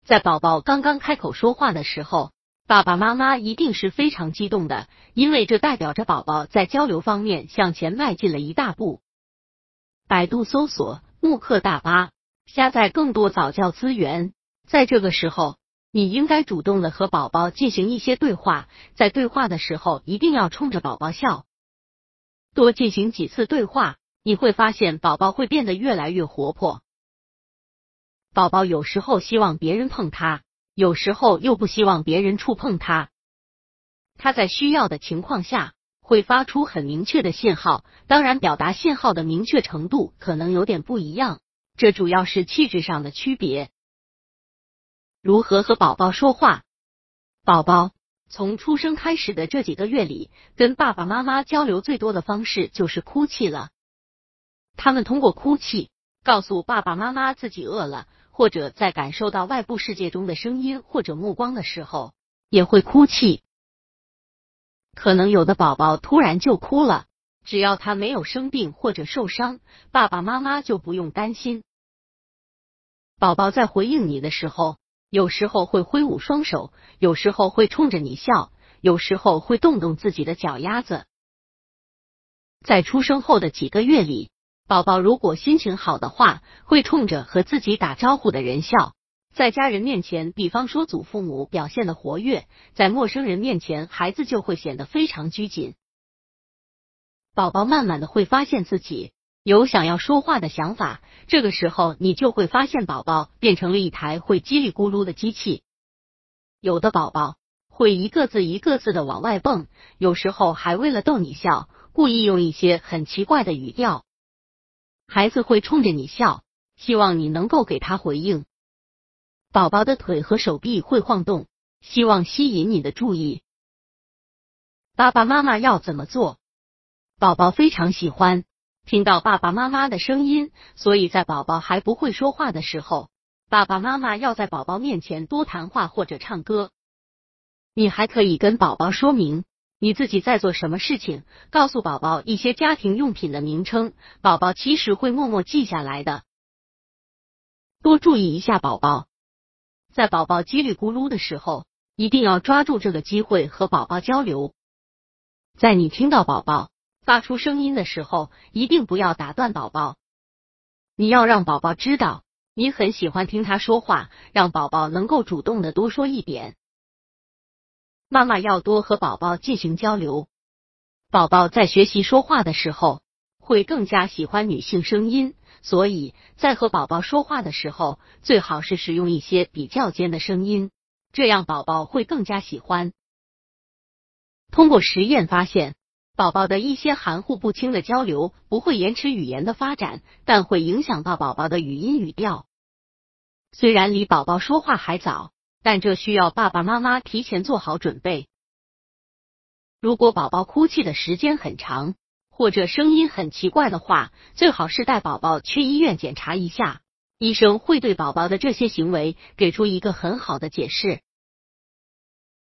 在宝宝刚刚开口说话的时候，爸爸妈妈一定是非常激动的，因为这代表着宝宝在交流方面向前迈进了一大步。百度搜索慕课大巴，下载更多早教资源。在这个时候，你应该主动的和宝宝进行一些对话，在对话的时候一定要冲着宝宝笑。多进行几次对话，你会发现宝宝会变得越来越活泼。宝宝有时候希望别人碰他，有时候又不希望别人触碰他。他在需要的情况下会发出很明确的信号，当然表达信号的明确程度可能有点不一样，这主要是气质上的区别。如何和宝宝说话？宝宝从出生开始的这几个月里，跟爸爸妈妈交流最多的方式就是哭泣了。他们通过哭泣告诉爸爸妈妈自己饿了，或者在感受到外部世界中的声音或者目光的时候，也会哭泣。可能有的宝宝突然就哭了，只要他没有生病或者受伤，爸爸妈妈就不用担心。宝宝在回应你的时候，有时候会挥舞双手，有时候会冲着你笑，有时候会动动自己的脚丫子。在出生后的几个月里，宝宝如果心情好的话，会冲着和自己打招呼的人笑。在家人面前，比方说祖父母表现的活跃，在陌生人面前，孩子就会显得非常拘谨。宝宝慢慢的会发现自己有想要说话的想法，这个时候你就会发现宝宝变成了一台会叽里咕噜的机器。有的宝宝会一个字一个字的往外蹦，有时候还为了逗你笑，故意用一些很奇怪的语调。孩子会冲着你笑，希望你能够给他回应。宝宝的腿和手臂会晃动，希望吸引你的注意。爸爸妈妈要怎么做？宝宝非常喜欢听到爸爸妈妈的声音，所以在宝宝还不会说话的时候，爸爸妈妈要在宝宝面前多谈话或者唱歌。你还可以跟宝宝说明你自己在做什么事情，告诉宝宝一些家庭用品的名称，宝宝其实会默默记下来的。多注意一下宝宝，在宝宝叽里咕噜的时候，一定要抓住这个机会和宝宝交流。在你听到宝宝发出声音的时候，一定不要打断宝宝。你要让宝宝知道你很喜欢听他说话，让宝宝能够主动的多说一点。妈妈要多和宝宝进行交流。宝宝在学习说话的时候，会更加喜欢女性声音，所以在和宝宝说话的时候，最好是使用一些比较尖的声音，这样宝宝会更加喜欢。通过实验发现，宝宝的一些含糊不清的交流不会延迟语言的发展，但会影响到宝宝的语音语调。虽然离宝宝说话还早，但这需要爸爸妈妈提前做好准备。如果宝宝哭泣的时间很长，或者声音很奇怪的话，最好是带宝宝去医院检查一下，医生会对宝宝的这些行为给出一个很好的解释。